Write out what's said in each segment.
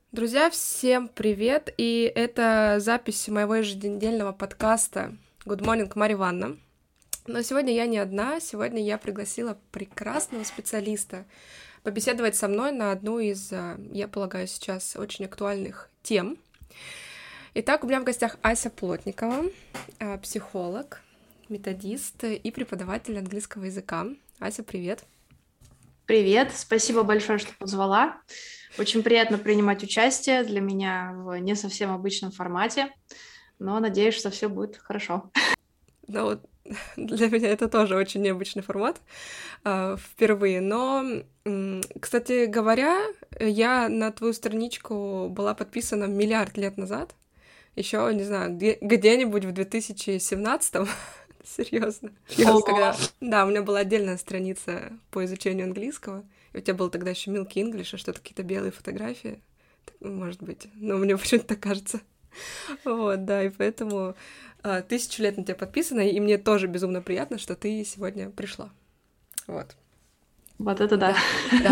Друзья, всем привет! И это запись моего еженедельного подкаста Good Morning, Марья Ивановна. Но сегодня я не одна, сегодня я пригласила прекрасного специалиста побеседовать со мной на одну из, я полагаю, сейчас очень актуальных тем. Итак, у меня в гостях Ася Плотникова, психолог, методист и преподаватель английского языка. Ася, привет! Привет, спасибо большое, что позвала. Очень приятно принимать участие для меня в не совсем обычном формате, но надеюсь, что все будет хорошо. Ну вот для меня это тоже очень необычный формат впервые. Но, кстати говоря, я на твою страничку была подписана миллиард лет назад. Еще, не знаю, где-нибудь в 2017-м. Серьезно. Ого. Да, у меня была отдельная страница по изучению английского. И у тебя был тогда еще Milky English, а что-то какие-то белые фотографии. Может быть. Но мне почему-то так кажется. Вот, да, и поэтому 1000 лет на тебя подписано, и мне тоже безумно приятно, что ты сегодня пришла. Вот. Вот это да. Да, да.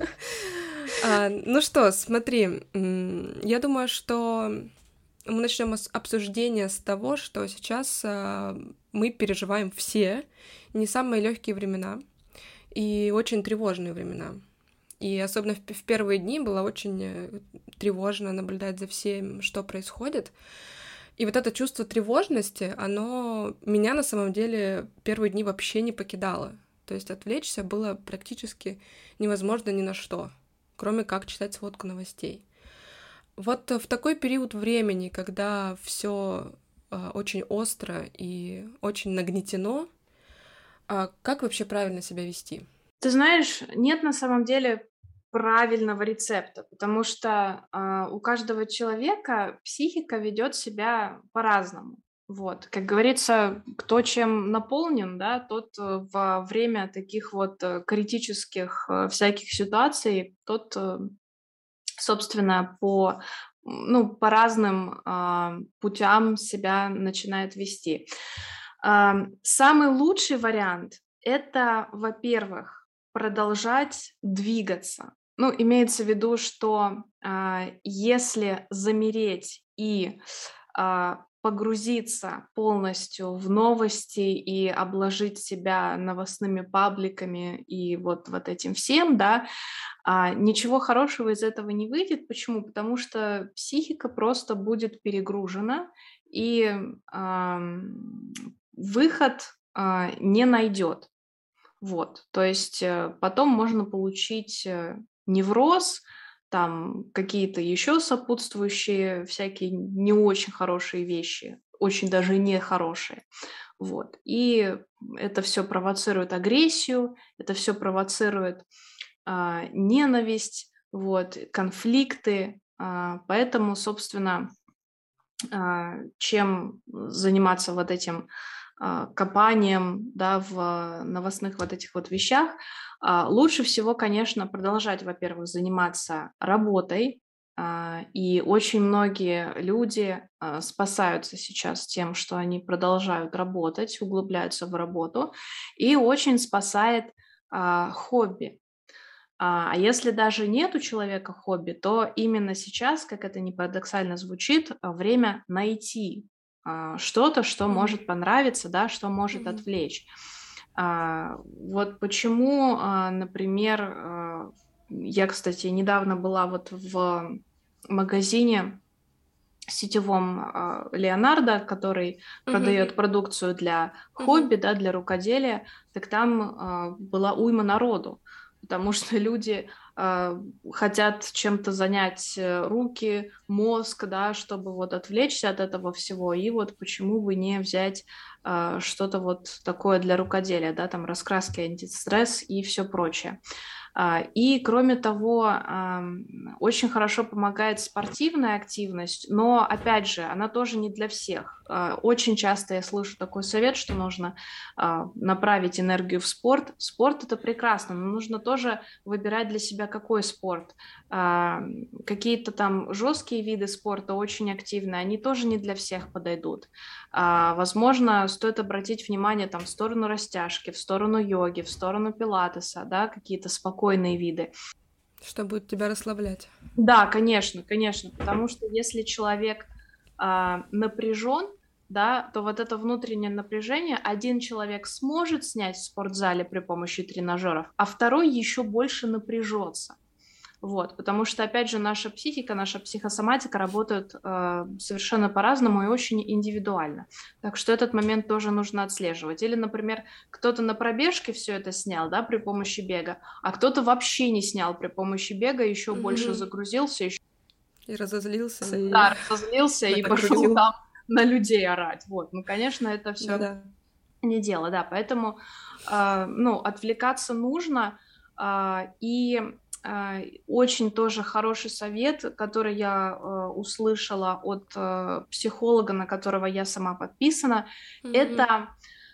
Ну что, смотри, я думаю, что мы начнем обсуждение с того, что сейчас мы переживаем все не самые легкие времена и очень тревожные времена. И особенно в первые дни было очень тревожно наблюдать за всем, что происходит. И вот это чувство тревожности, оно меня на самом деле первые дни вообще не покидало. То есть отвлечься было практически невозможно ни на что, кроме как читать сводку новостей. Вот в такой период времени, когда все очень остро и очень нагнетено, как вообще правильно себя вести? Ты знаешь, нет на самом деле правильного рецепта, потому что у каждого человека психика ведет себя по-разному. Вот, как говорится, кто чем наполнен, да, тот во время таких вот критических всяких ситуаций, тот собственно, по разным, путям себя начинает вести. Самый лучший вариант — это, во-первых, продолжать двигаться. Ну, имеется в виду, что, если замереть и, погрузиться полностью в новости и обложить себя новостными пабликами и вот этим всем, да, ничего хорошего из этого не выйдет. Почему? Потому что психика просто будет перегружена, и, выход, не найдет. Вот. То есть, потом можно получить, невроз, там какие-то еще сопутствующие всякие не очень хорошие вещи, очень даже нехорошие. Вот. И это все провоцирует агрессию, это все провоцирует ненависть, вот, конфликты. Поэтому, собственно, чем заниматься вот этим копанием, да, в новостных вот этих вот вещах, лучше всего, конечно, продолжать, во-первых, заниматься работой. И очень многие люди спасаются сейчас тем, что они продолжают работать, углубляются в работу, и очень спасает хобби. А если даже нет у человека хобби, то именно сейчас, как это ни парадоксально звучит, время найти что-то, что Мгм. может понравиться, да, что может Мгм. отвлечь. Вот почему, например, я, кстати, недавно была вот в магазине сетевом Леонардо, который Мгм. продает продукцию для Мгм. хобби, да, для рукоделия, так там была уйма народу, потому что люди хотят чем-то занять руки, мозг, да, чтобы вот отвлечься от этого всего, и вот почему бы не взять что-то вот такое для рукоделия, да, там раскраски, антистресс и все прочее. И, кроме того, очень хорошо помогает спортивная активность, но, опять же, она тоже не для всех. Очень часто я слышу такой совет, что нужно направить энергию в спорт. Спорт — это прекрасно, но нужно тоже выбирать для себя, какой спорт. А, Какие-то там жесткие виды спорта, очень активные, они тоже не для всех подойдут. Возможно, стоит обратить внимание там в сторону растяжки, в сторону йоги, в сторону пилатеса, да, какие-то спокойные виды. Что будет тебя расслаблять. Да, конечно, конечно, потому что если человек напряжен, да, то вот это внутреннее напряжение один человек сможет снять в спортзале при помощи тренажеров, а второй еще больше напряжется. Вот, потому что, опять же, наша психика, наша психосоматика работают совершенно по-разному и очень индивидуально. Так что этот момент тоже нужно отслеживать. Или, например, кто-то на пробежке все это снял, да, при помощи бега, а кто-то вообще не снял при помощи бега, еще больше Мгм. загрузился, еще И разозлился, и да, разозлился и пошел накрутил. там на людей орать. Вот, ну, конечно, это все Да-да. не дело, да, поэтому, ну, отвлекаться нужно, и очень тоже хороший совет, который я услышала от психолога, на которого я сама подписана, Мгм. это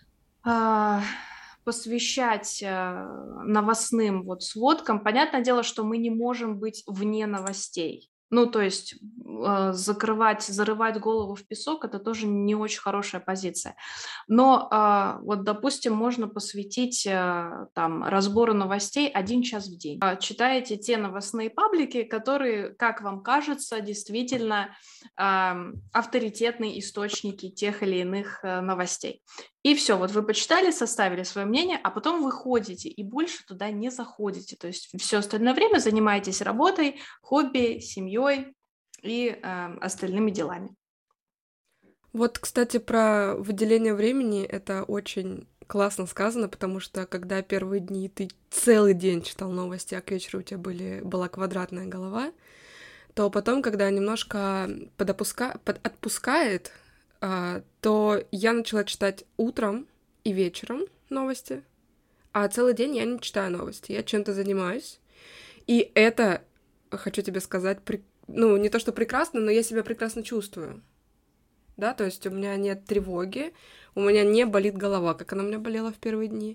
а, посвящать новостным вот сводкам. Понятное дело, что мы не можем быть вне новостей. Ну, то есть закрывать, зарывать голову в песок — это тоже не очень хорошая позиция. Но вот, допустим, можно посвятить там разбору новостей 1 час в день. Читаете те новостные паблики, которые, как вам кажется, действительно авторитетные источники тех или иных новостей. И все, вот вы почитали, составили свое мнение, а потом вы ходите и больше туда не заходите. То есть все остальное время занимаетесь работой, хобби, семьей и остальными делами. Вот, кстати, про выделение времени это очень классно сказано, потому что когда первые дни ты целый день читал новости, а к вечеру у тебя была квадратная голова, то потом, когда немножко отпускает, то я начала читать утром и вечером новости, а целый день я не читаю новости, я чем-то занимаюсь. И это, хочу тебе сказать, ну, не то, что прекрасно, но я себя прекрасно чувствую. Да, то есть у меня нет тревоги, у меня не болит голова, как она у меня болела в первые дни.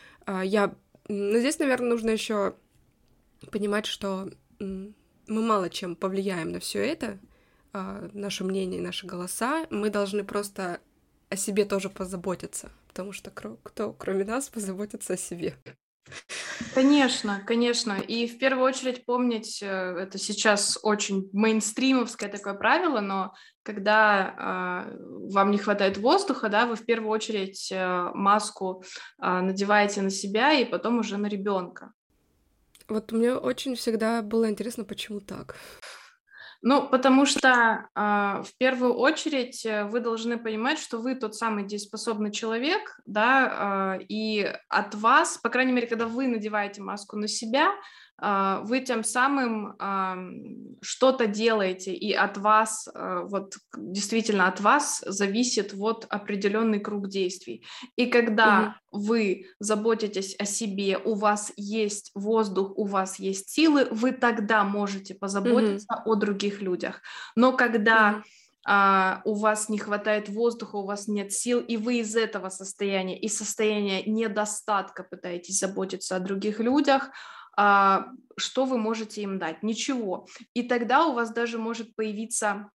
Но здесь, наверное, нужно еще понимать, что мы мало чем повлияем на все это, наше мнение, наши голоса. Мы должны просто о себе тоже позаботиться, потому что кто, кроме нас, позаботится о себе. Конечно, конечно. И в первую очередь помнить, это сейчас очень мейнстримовское такое правило, но когда вам не хватает воздуха, да, вы в первую очередь маску надеваете на себя и потом уже на ребенка. Вот мне очень всегда было интересно, почему так. Ну, потому что в первую очередь вы должны понимать, что вы тот самый дееспособный человек, да, и от вас, по крайней мере, когда вы надеваете маску на себя, вы тем самым что-то делаете, и от вас, вот действительно от вас зависит вот определенный круг действий. И Мгм. когда вы заботитесь о себе, у вас есть воздух, у вас есть силы, вы тогда можете Мгм. позаботиться о других людях. Но когда Мгм. у вас не хватает воздуха, у вас нет сил, и вы из этого состояния, из состояния недостатка пытаетесь заботиться о других людях, что вы можете им дать? Ничего. И тогда у вас даже может появиться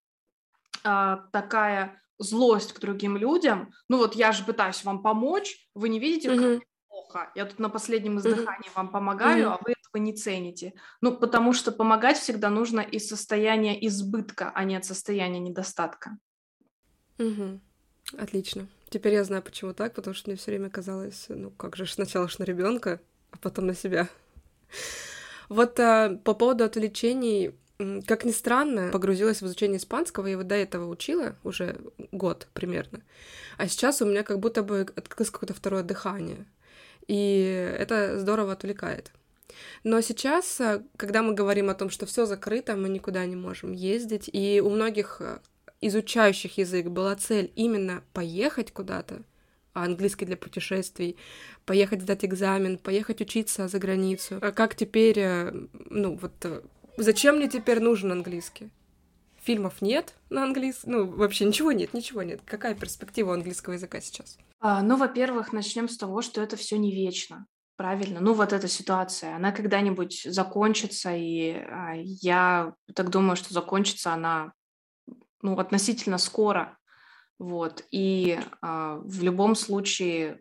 такая злость к другим людям. Ну вот я же пытаюсь вам помочь, вы не видите, как Мгм. мне плохо. Я тут на последнем Мгм. издыхании вам помогаю, Мгм. а вы этого не цените. Ну, потому что помогать всегда нужно из состояния избытка, а не от состояния недостатка. Мгм. Отлично. Теперь я знаю, почему так, потому что мне все время казалось, ну как же сначала ж на ребенка, а потом на себя. Вот по поводу отвлечений, как ни странно, погрузилась в изучение испанского, я его до этого учила уже год примерно, а сейчас у меня как будто бы открылось какое-то второе дыхание, и это здорово отвлекает. Но сейчас, когда мы говорим о том, что все закрыто, мы никуда не можем ездить, и у многих изучающих язык была цель именно поехать куда-то, а английский для путешествий, поехать сдать экзамен, поехать учиться за границу. А как теперь, зачем мне теперь нужен английский? Фильмов нет на английском, ну, вообще ничего нет, ничего нет. Какая перспектива у английского языка сейчас? Ну, во-первых, начнем с того, что это все не вечно. Правильно? Ну, вот эта ситуация, она когда-нибудь закончится, и я так думаю, что закончится она, ну, относительно скоро. Вот. И в любом случае, ну,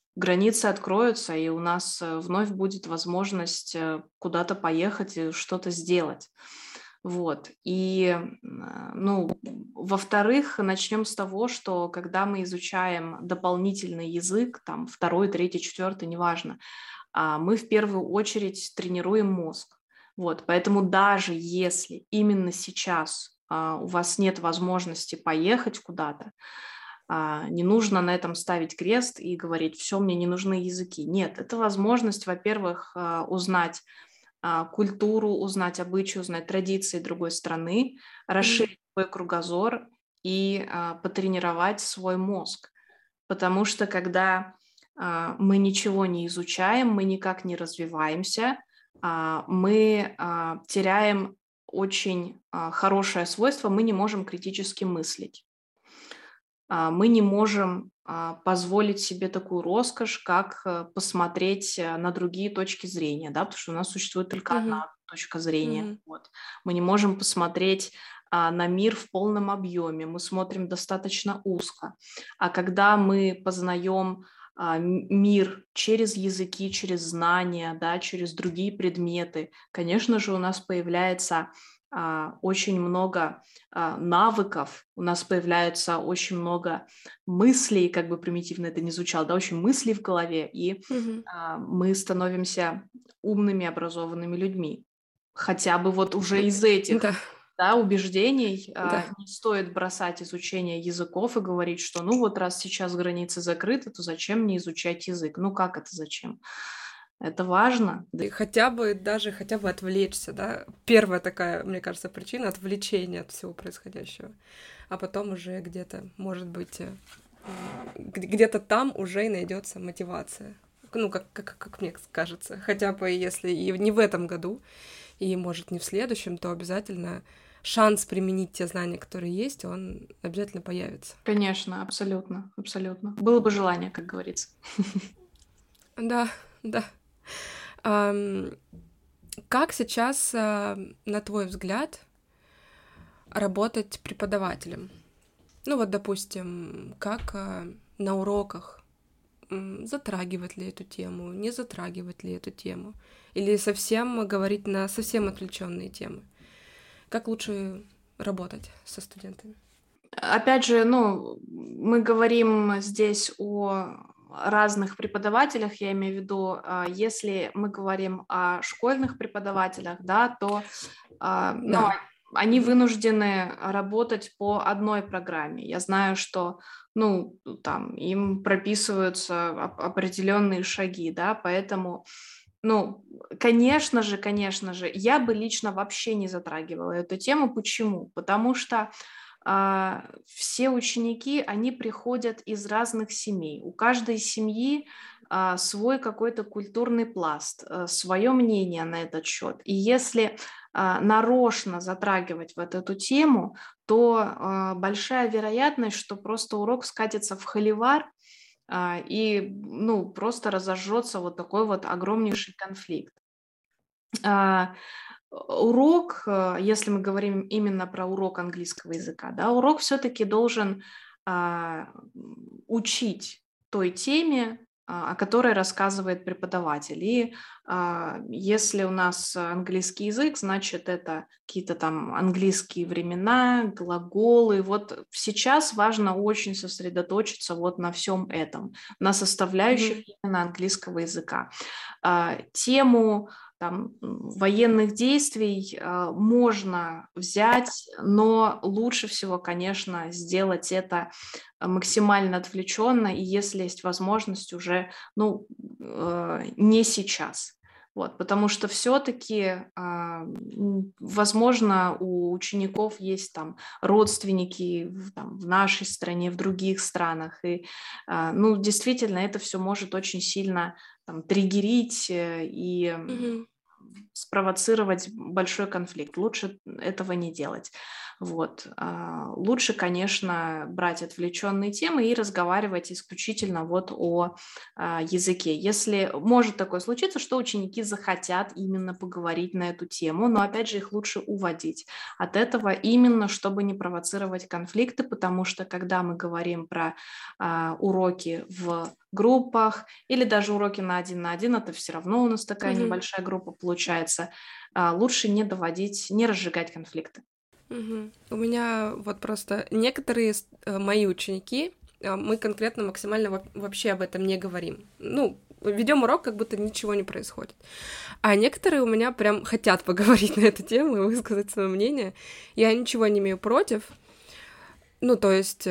границы откроются, и у нас вновь будет возможность куда-то поехать и что-то сделать. Вот. И, ну, во-вторых, начнем с того, что когда мы изучаем дополнительный язык, там, второй, третий, четвертый, неважно, мы в первую очередь тренируем мозг. Вот. Поэтому даже если именно сейчас у вас нет возможности поехать куда-то, не нужно на этом ставить крест и говорить: все, мне не нужны языки. Нет, это возможность, во-первых, узнать культуру, узнать обычаи, узнать традиции другой страны, Мгм. расширить свой кругозор и потренировать свой мозг. Потому что когда мы ничего не изучаем, мы никак не развиваемся, мы теряем очень хорошее свойство, мы не можем критически мыслить. Мы не можем позволить себе такую роскошь, как посмотреть на другие точки зрения, да, потому что у нас существует только Мгм. одна точка зрения. Мгм. Вот. Мы не можем посмотреть на мир в полном объеме, мы смотрим достаточно узко. А когда мы познаем мир через языки, через знания, да, через другие предметы, конечно же, у нас появляется очень много навыков, у нас появляется очень много мыслей, как бы примитивно это ни звучало, да, очень мыслей в голове, и Мгм. мы становимся умными, образованными людьми. Хотя бы вот уже из этих, Да, да, убеждений да. не стоит бросать изучение языков и говорить, что ну вот раз сейчас границы закрыты, то зачем мне изучать язык? Ну как это зачем? Это важно. И хотя бы, даже хотя бы отвлечься, да. Первая такая, мне кажется, причина — отвлечения от всего происходящего. А потом уже где-то, может быть, где-то там уже и найдется мотивация. Ну, как мне кажется. Хотя бы если и не в этом году, и, может, не в следующем, то обязательно шанс применить те знания, которые есть, он обязательно появится. Конечно, абсолютно, абсолютно. Было бы желание, как говорится. Да, да. Ам, Как сейчас, на твой взгляд, работать преподавателем? Ну вот, допустим, как на уроках, затрагивать ли эту тему, не затрагивать ли эту тему, или совсем говорить на совсем отвлеченные темы? Как лучше работать со студентами? Опять же, ну, мы говорим здесь о разных преподавателях, я имею в виду, если мы говорим о школьных преподавателях, да, то ну, Да. они Мгм. вынуждены работать по одной программе. Я знаю, что, ну, там им прописываются определенные шаги, да, поэтому, ну, конечно же, я бы лично вообще не затрагивала эту тему. Почему? Потому что все ученики, они приходят из разных семей. У каждой семьи свой какой-то культурный пласт, свое мнение на этот счет. И если нарочно затрагивать вот эту тему, то большая вероятность, что просто урок скатится в холивар, и, ну, просто разожжется вот такой вот огромнейший конфликт. А, Урок, если мы говорим именно про урок английского языка, да, урок все-таки должен учить той теме, о которой рассказывает преподаватель. И если у нас английский язык, значит, это какие-то там английские времена, глаголы. Вот сейчас важно очень сосредоточиться вот на всем этом, на составляющих Мгм. именно английского языка. Тему там, военных действий можно взять, но лучше всего, конечно, сделать это максимально отвлеченно, и если есть возможность уже, ну, не сейчас. Вот, потому что все-таки, возможно, у учеников есть там родственники в нашей стране, в других странах, и, ну, действительно, это все может очень сильно там, триггерить и Мгм. спровоцировать большой конфликт. Лучше этого не делать. Вот. Лучше, конечно, брать отвлеченные темы и разговаривать исключительно вот о языке. Если может такое случиться, что ученики захотят именно поговорить на эту тему, но опять же их лучше уводить от этого именно, чтобы не провоцировать конфликты, потому что когда мы говорим про уроки в группах, или даже уроки на один, это все равно у нас такая Мгм. небольшая группа получается. Лучше не доводить, не разжигать конфликты. Мгм. У меня вот просто некоторые мои ученики, мы конкретно максимально вообще об этом не говорим. Ну, ведем урок, как будто ничего не происходит. А некоторые у меня прям хотят поговорить на эту тему и высказать свое мнение. Я ничего не имею против. Ну, то есть,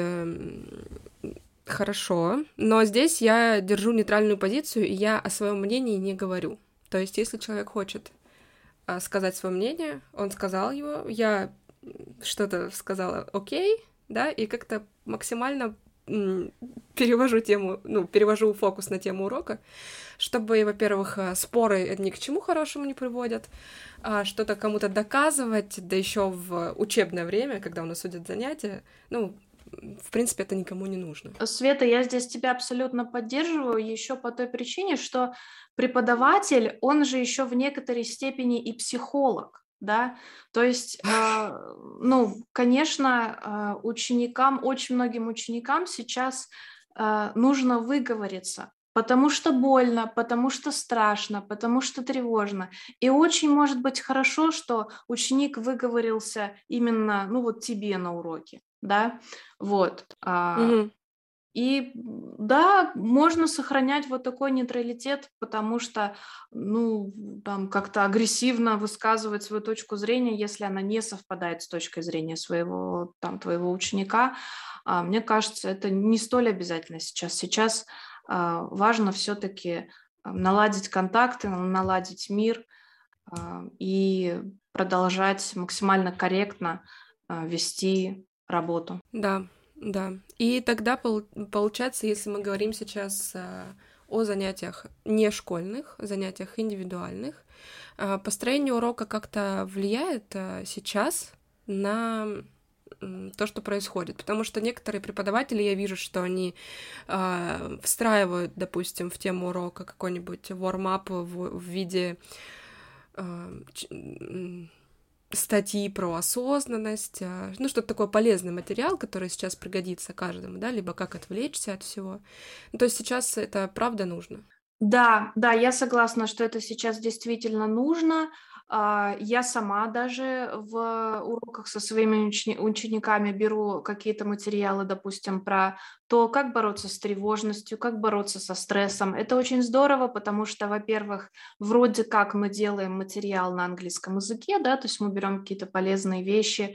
хорошо. Но здесь я держу нейтральную позицию, и я о своем мнении не говорю. То есть, если человек хочет сказать свое мнение, он сказал его, я что-то сказала окей, да, и как-то максимально перевожу тему, ну, перевожу фокус на тему урока, чтобы, во-первых, споры ни к чему хорошему не приводят, что-то кому-то доказывать, да еще в учебное время, когда у нас идет занятия, ну, в принципе, это никому не нужно. Света, я здесь тебя абсолютно поддерживаю, еще по той причине, что преподаватель, он же еще в некоторой степени и психолог, да, то есть, ну, конечно, ученикам, очень многим ученикам сейчас нужно выговориться, потому что больно, потому что страшно, потому что тревожно. И очень может быть хорошо, что ученик выговорился именно, ну, вот тебе на уроке, да, вот. Мгм. И да, можно сохранять вот такой нейтралитет, потому что, ну, там как-то агрессивно высказывать свою точку зрения, если она не совпадает с точкой зрения своего, там, твоего ученика. Мне кажется, это не столь обязательно сейчас. Сейчас важно все-таки наладить контакты, наладить мир и продолжать максимально корректно вести работу. Да, да. И тогда получается, если мы говорим сейчас о занятиях не школьных, занятиях индивидуальных, построение урока как-то влияет сейчас на то, что происходит. Потому что некоторые преподаватели, я вижу, что они встраивают, допустим, в тему урока какой-нибудь warm-up в виде статьи про осознанность, ну, что-то такое полезный материал, который сейчас пригодится каждому, да, либо как отвлечься от всего. Ну, то есть сейчас это правда нужно. Да, да, я согласна, что это сейчас действительно нужно. Я сама даже в уроках со своими учениками беру какие-то материалы, допустим, про то, как бороться с тревожностью, как бороться со стрессом. Это очень здорово, потому что, во-первых, вроде как мы делаем материал на английском языке, да, то есть мы берем какие-то полезные вещи,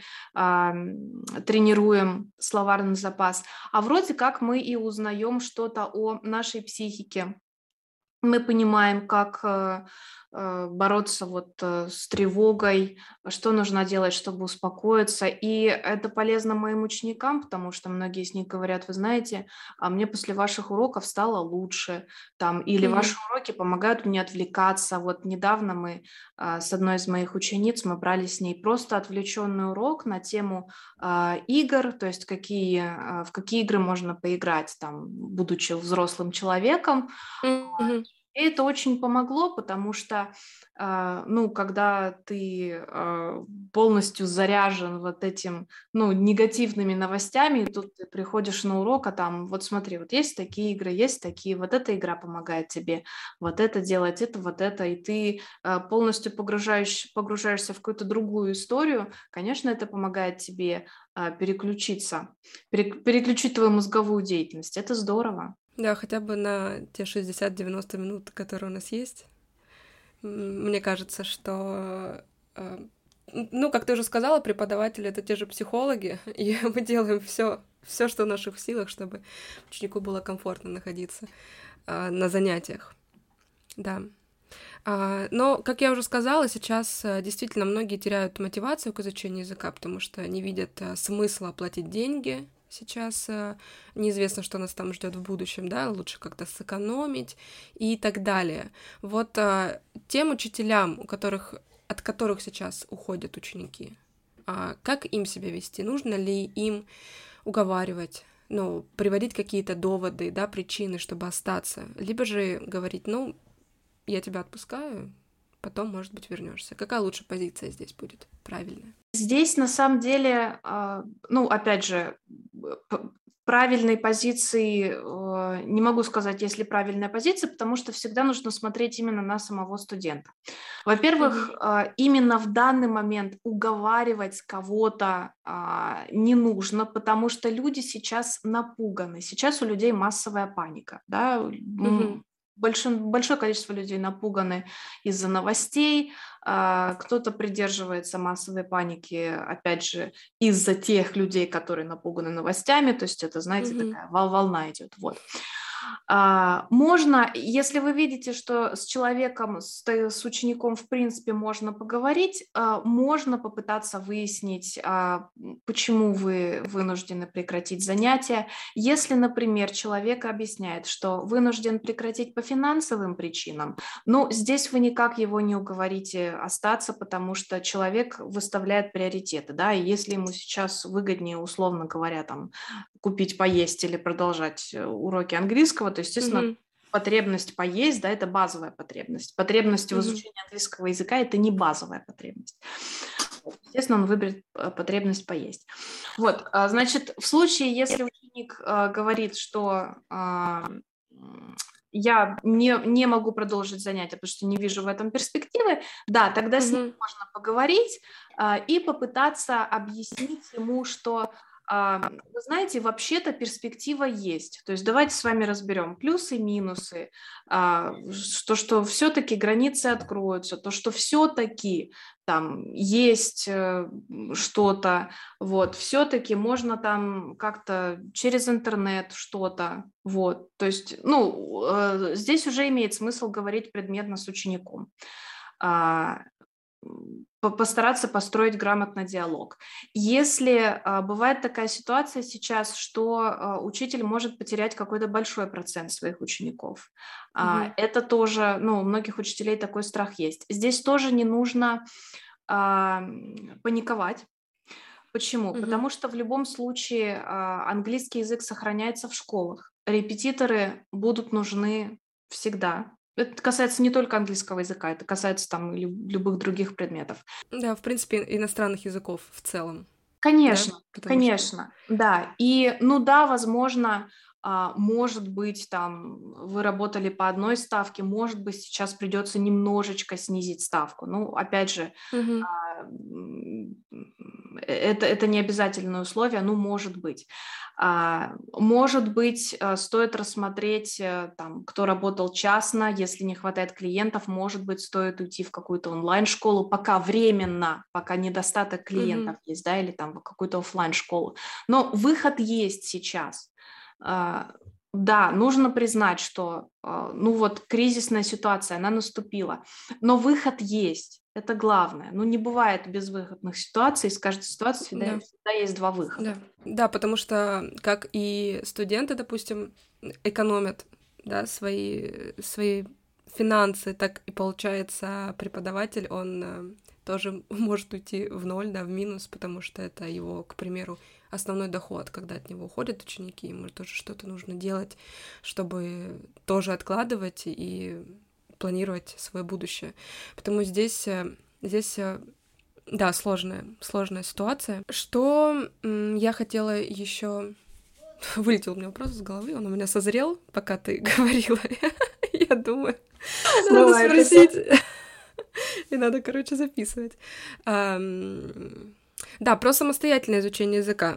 тренируем словарный запас, а вроде как мы и узнаем что-то о нашей психике. Мы понимаем, как бороться вот с тревогой, что нужно делать, чтобы успокоиться. И это полезно моим ученикам, потому что многие из них говорят, вы знаете, мне после ваших уроков стало лучше, там, или ваши Мгм. уроки помогают мне отвлекаться. Вот недавно мы с одной из моих учениц, мы брали с ней просто отвлеченный урок на тему игр, то есть в какие игры можно поиграть, там, будучи взрослым человеком. Мгм. И это очень помогло, потому что, ну, когда ты полностью заряжен вот этим, ну, негативными новостями, тут ты приходишь на урок, а там, вот смотри, вот есть такие игры, есть такие, вот эта игра помогает тебе, вот это делать, это, вот это, и ты полностью погружаешься в какую-то другую историю, конечно, это помогает тебе переключиться, переключить твою мозговую деятельность, это здорово. Да, хотя бы на те 60-90 минут, которые у нас есть. Мне кажется, что, ну, как ты уже сказала, преподаватели — это те же психологи, и мы делаем все, что в наших силах, чтобы ученику было комфортно находиться на занятиях. Да. Но, как я уже сказала, сейчас действительно многие теряют мотивацию к изучению языка, потому что не видят смысла оплатить деньги. Сейчас неизвестно, что нас там ждет в будущем, да, лучше как-то сэкономить и так далее. Вот тем учителям, от которых сейчас уходят ученики, как им себя вести? Нужно ли им уговаривать, ну, приводить какие-то доводы, да, причины, чтобы остаться? Либо же говорить, ну, я тебя отпускаю, потом, может быть, вернешься. Какая лучшая позиция здесь будет правильная? Здесь на самом деле, ну, опять же, правильной позиции не могу сказать, есть ли правильная позиция, потому что всегда нужно смотреть именно на самого студента. Во-первых, именно в данный момент уговаривать кого-то не нужно, потому что люди сейчас напуганы. Сейчас у людей массовая паника, да? Большое количество людей напуганы из-за новостей, кто-то придерживается массовой паники, опять же, из-за тех людей, которые напуганы новостями, то есть это, знаете, такая волна идет, вот. Можно, если вы видите, что с человеком, с учеником, в принципе, можно поговорить, можно попытаться выяснить, почему вы вынуждены прекратить занятия. Если, например, человек объясняет, что вынужден прекратить по финансовым причинам, ну, здесь вы никак его не уговорите остаться, потому что человек выставляет приоритеты, да, и если ему сейчас выгоднее, условно говоря, там, купить поесть или продолжать уроки английского, то, естественно, потребность поесть, да, это базовая потребность. Потребность в изучении английского языка – это не базовая потребность. Естественно, он выберет потребность поесть. Вот, значит, в случае, если ученик говорит, что я не могу продолжить занятия, потому что не вижу в этом перспективы, да, тогда с ним можно поговорить и попытаться объяснить ему, что вы знаете, вообще-то перспектива есть. То есть давайте с вами разберем плюсы, минусы, что все-таки границы откроются, то, что все-таки там есть что-то, вот, все-таки можно там как-то через интернет что-то, вот. То есть, ну, здесь уже имеет смысл говорить предметно с учеником. Постараться построить грамотно диалог. Если бывает такая ситуация сейчас, что учитель может потерять какой-то большой процент своих учеников, это тоже, ну, у многих учителей такой страх есть. Здесь тоже не нужно паниковать. Почему? Потому что в любом случае английский язык сохраняется в школах. Репетиторы будут нужны всегда. Это касается не только английского языка, это касается там любых других предметов. Да, в принципе, иностранных языков в целом. Конечно, да? конечно, да. И, ну да, возможно, может быть, там вы работали по одной ставке, может быть, сейчас придется немножечко снизить ставку. Ну, опять же, это не обязательное условие, ну, может быть. Может быть, стоит рассмотреть, там, кто работал частно, если не хватает клиентов, может быть, стоит уйти в какую-то онлайн-школу, пока временно, пока недостаток клиентов есть, да, или там в какую-то офлайн-школу. Но выход есть сейчас. Да, нужно признать, что, ну вот, кризисная ситуация, она наступила, но выход есть. Это главное. Ну, не бывает безвыходных ситуаций. Из каждой ситуации всегда есть два выхода. Да, потому что как и студенты, допустим, экономят, да, свои финансы, так и получается преподаватель, он тоже может уйти в ноль, да, в минус, потому что это его, к примеру, основной доход, когда от него уходят ученики, ему тоже что-то нужно делать, чтобы тоже откладывать и планировать свое будущее. Потому здесь, да, сложная ситуация. Что я хотела еще... Вылетел у меня вопрос из головы, он у меня созрел, пока ты говорила. Я думаю, надо спросить. И надо, короче, записывать. Да, про самостоятельное изучение языка.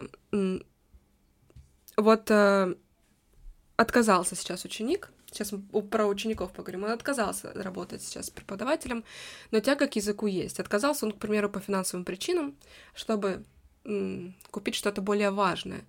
Вот отказался сейчас ученик. Сейчас мы про учеников поговорим. Он отказался работать сейчас преподавателем, но тяга к языку есть. Отказался он, к примеру, по финансовым причинам, чтобы купить что-то более важное.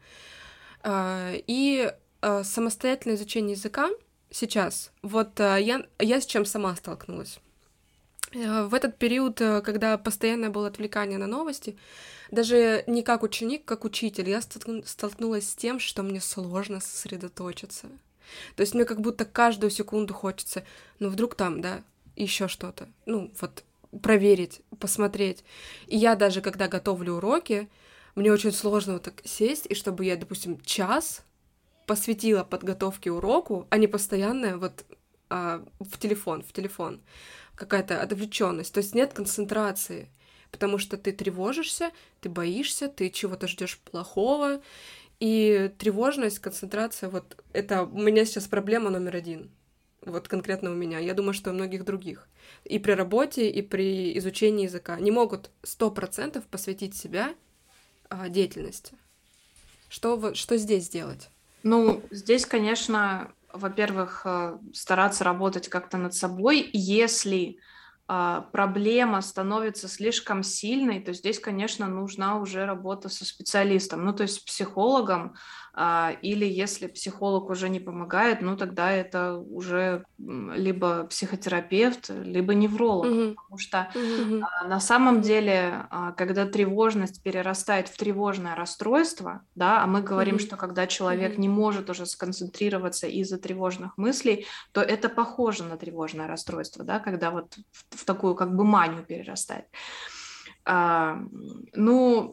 И самостоятельное изучение языка сейчас, вот я с чем сама столкнулась. В этот период, когда постоянно было отвлекание на новости, даже не как ученик, как учитель, я столкнулась с тем, что мне сложно сосредоточиться. То есть мне как будто каждую секунду хочется, ну, вдруг там, да, еще что-то, ну, вот, проверить, посмотреть. И я даже, когда готовлю уроки, мне очень сложно вот так сесть, и чтобы я, допустим, час посвятила подготовке уроку, а не постоянно вот в телефон. Какая-то отвлеченность, то есть нет концентрации, потому что ты тревожишься, ты боишься, ты чего-то ждешь плохого, И тревожность, концентрация, вот это у меня сейчас проблема номер один. Вот конкретно у меня. Я думаю, что и у многих других. И при работе, и при изучении языка. Не могут 100% посвятить себя деятельности. Что здесь делать? Ну, здесь, конечно, во-первых, стараться работать как-то над собой. Если проблема становится слишком сильной, то здесь, конечно, нужна уже работа со специалистом, ну, то есть с психологом, или если психолог уже не помогает, ну, тогда это уже либо психотерапевт, либо невролог, Мгм. потому что Мгм. на самом деле, когда тревожность перерастает в тревожное расстройство, да, а мы говорим, Мгм. что когда человек Мгм. не может уже сконцентрироваться из-за тревожных мыслей, то это похоже на тревожное расстройство, да, когда вот в такую как бы манию перерастает. А, ну,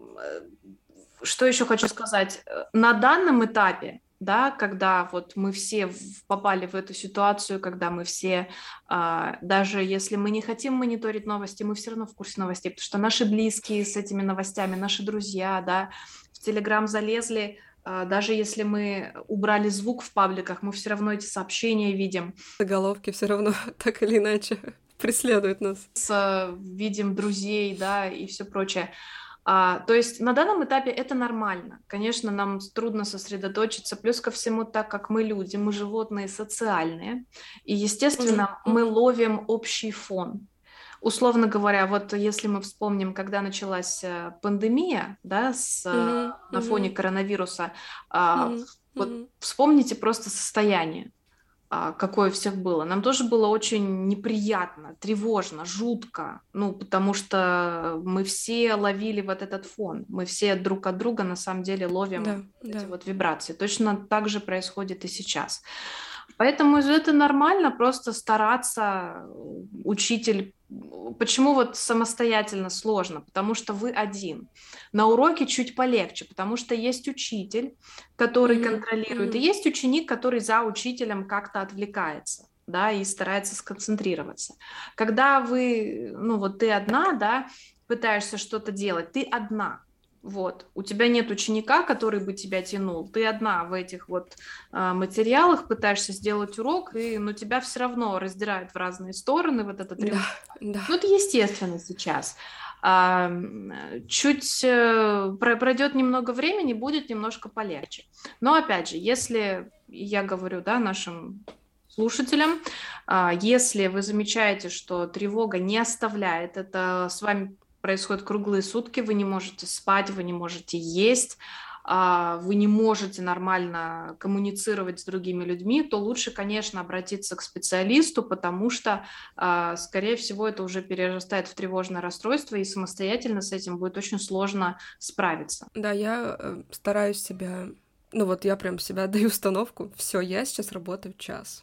что еще хочу сказать? На данном этапе, да, когда вот мы все попали в эту ситуацию, когда мы все, даже если мы не хотим мониторить новости, мы все равно в курсе новостей, потому что наши близкие с этими новостями, наши друзья, да, в Телеграм залезли, даже если мы убрали звук в пабликах, мы все равно эти сообщения видим. Заголовки все равно так или иначе преследуют нас. Видим друзей, да, и все прочее. То есть на данном этапе это нормально. Конечно, нам трудно сосредоточиться. Плюс ко всему, так как мы люди, мы животные социальные, и, естественно, мы Мгм. ловим общий фон. Условно говоря, вот если мы вспомним, когда началась пандемия, да, Мгм. на фоне Мгм. коронавируса, а, Мгм. вот Мгм. вспомните просто состояние, какое у всех было. Нам тоже было очень неприятно, тревожно, жутко, ну, потому что мы все ловили вот этот фон, мы все друг от друга на самом деле ловим Да, эти да. вот вибрации. Точно так же происходит и сейчас. Поэтому это нормально просто стараться, учитель. Почему вот самостоятельно сложно? Потому что вы один. На уроке чуть полегче, потому что есть учитель, который Мгм. контролирует, и Мгм. есть ученик, который за учителем как-то отвлекается, да, и старается сконцентрироваться. Когда вы, ну вот ты одна, да, пытаешься что-то делать, ты одна. Вот, у тебя нет ученика, который бы тебя тянул, ты одна в этих вот материалах, пытаешься сделать урок, но тебя все равно раздирают в разные стороны, вот эта Да, тревога. да. Ну, это естественно сейчас. Чуть пройдет немного времени, будет немножко полегче. Но опять же, если я говорю, да, нашим слушателям, если вы замечаете, что тревога не оставляет, это с вами происходит круглые сутки, вы не можете спать, вы не можете есть, вы не можете нормально коммуницировать с другими людьми, то лучше, конечно, обратиться к специалисту, потому что, скорее всего, это уже перерастает в тревожное расстройство, и самостоятельно с этим будет очень сложно справиться. Да, я стараюсь себя... Ну вот я прям себя даю установку. Все, я сейчас работаю час.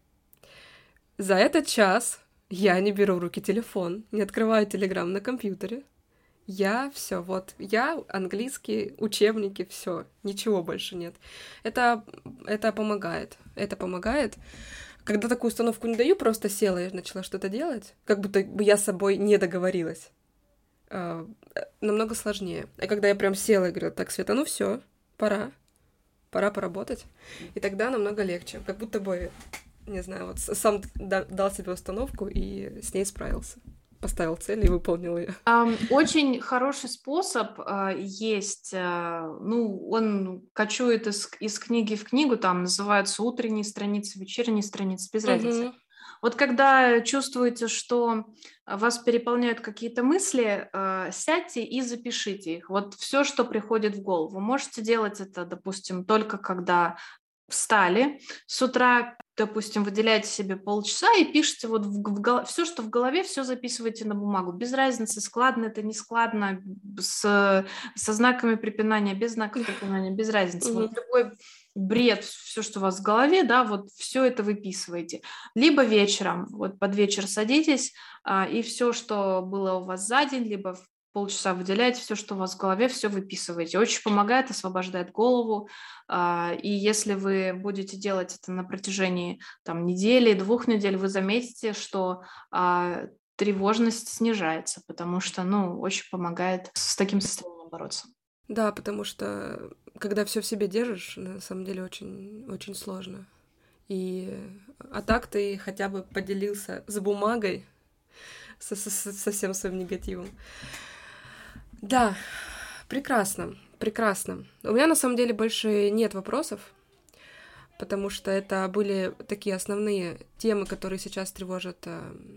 За этот час я не беру в руки телефон, не открываю Телеграм на компьютере. Я все, вот я английский, учебники, все, ничего больше нет. Это, это помогает. Это помогает. Когда такую установку не даю, просто села и начала что-то делать, как будто бы я с собой не договорилась. Намного сложнее. А когда я прям села и говорю, так, Света, ну все, пора поработать. И тогда намного легче. Как будто бы, не знаю, вот сам дал себе установку и с ней справился. Поставил цель и выполнил ее. Очень хороший способ есть, ну, он кочует из книги в книгу, там называются утренние страницы, вечерние страницы, без разницы. Угу. Вот когда чувствуете, что вас переполняют какие-то мысли, сядьте и запишите их. Вот все, что приходит в голову. Можете делать это, допустим, только когда встали, с утра, допустим, выделяете себе полчаса и пишете вот все, что в голове, все записывайте на бумагу. Без разницы, складно это, не складно, со знаками препинания, без знаков препинания, без разницы. Вот Угу. любой бред, все, что у вас в голове, да, вот все это выписываете. Либо вечером, вот под вечер садитесь, и все, что было у вас за день, либо в полчаса выделяете все, что у вас в голове, все выписываете. Очень помогает, освобождает голову. И если вы будете делать это на протяжении там, недели, 2 недель, вы заметите, что тревожность снижается, потому что, ну, очень помогает с таким состоянием бороться. Да, потому что когда все в себе держишь, на самом деле очень, очень сложно. А так ты хотя бы поделился с бумагой со всем своим негативом. Да, прекрасно, прекрасно. У меня на самом деле больше нет вопросов, потому что это были такие основные темы, которые сейчас тревожат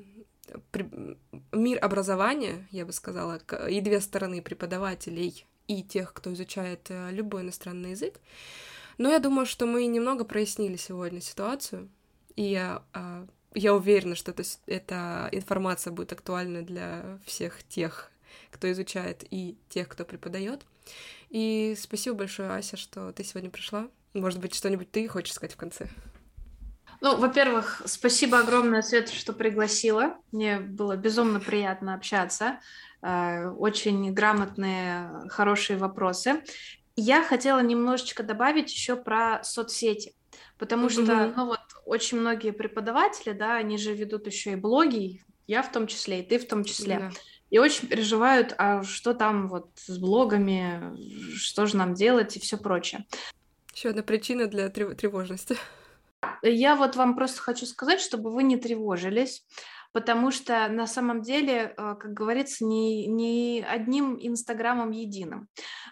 мир образования, я бы сказала, и две стороны преподавателей и тех, кто изучает любой иностранный язык. Но я думаю, что мы немного прояснили сегодня ситуацию, и я уверена, что эта информация будет актуальна для всех тех, кто изучает, и тех, кто преподает. И спасибо большое, Ася, что ты сегодня пришла. Может быть, что-нибудь ты хочешь сказать в конце? Ну, во-первых, спасибо огромное, Света, что пригласила. Мне было безумно приятно общаться. Очень грамотные, хорошие вопросы. Я хотела немножечко добавить еще про соцсети, потому что, ну вот, очень многие преподаватели, да, они же ведут еще и блоги, я в том числе, и ты в том числе, Да. и очень переживают, а что там вот с блогами, что же нам делать и все прочее. Еще одна причина для тревожности. Я вот вам просто хочу сказать, чтобы вы не тревожились, потому что на самом деле, как говорится, не одним Инстаграмом единым.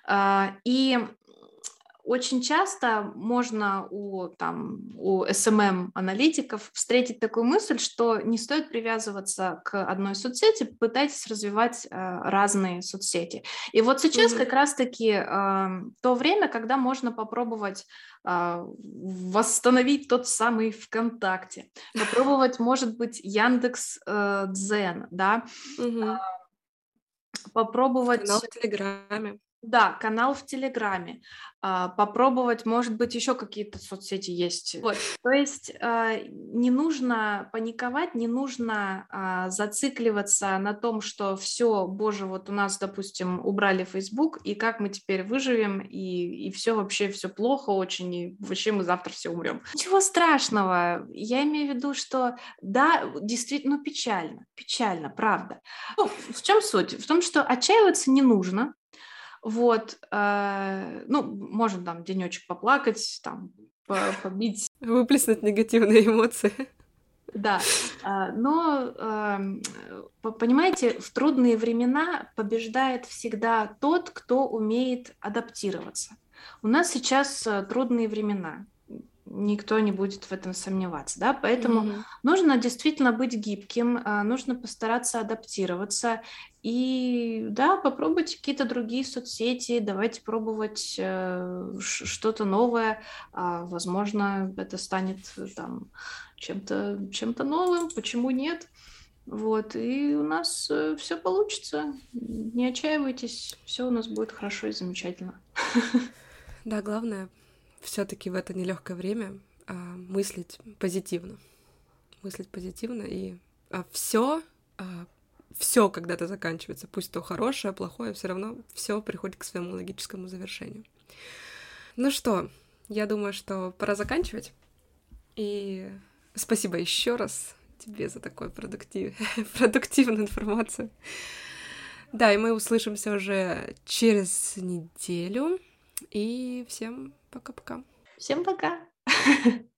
И очень часто можно у SMM-аналитиков встретить такую мысль, что не стоит привязываться к одной соцсети, пытайтесь развивать разные соцсети. И вот сейчас как раз-таки то время, когда можно попробовать восстановить тот самый ВКонтакте, попробовать, может быть, Яндекс.Дзен, да, попробовать... Канал в Телеграме. Да, канал в Телеграме. Попробовать, может быть, еще какие-то соцсети есть. Вот. То есть не нужно паниковать, не нужно зацикливаться на том, что все, боже, вот у нас, допустим, убрали Facebook, и как мы теперь выживем, и все вообще все плохо очень, и вообще мы завтра все умрем. Ничего страшного. Я имею в виду, что да, действительно, печально, правда. Ну, в чем суть? В том, что отчаиваться не нужно. Вот, ну, можно там денечек поплакать, там, побить. Выплеснуть негативные эмоции. Да, но, понимаете, в трудные времена побеждает всегда тот, кто умеет адаптироваться. У нас сейчас трудные времена. Никто не будет в этом сомневаться, да, поэтому нужно действительно быть гибким, нужно постараться адаптироваться и, да, попробовать какие-то другие соцсети, давайте пробовать что-то новое, возможно, это станет там чем-то новым, почему нет? Вот, и у нас все получится, не отчаивайтесь, все у нас будет хорошо и замечательно. Да, главное все-таки в это нелегкое время мыслить позитивно. Мыслить позитивно, и все когда-то заканчивается. Пусть то хорошее, плохое, все равно все приходит к своему логическому завершению. Ну что, я думаю, что пора заканчивать. И спасибо еще раз тебе за такую продуктивную информацию. Да, и мы услышимся уже через неделю. И всем пока-пока. Всем пока!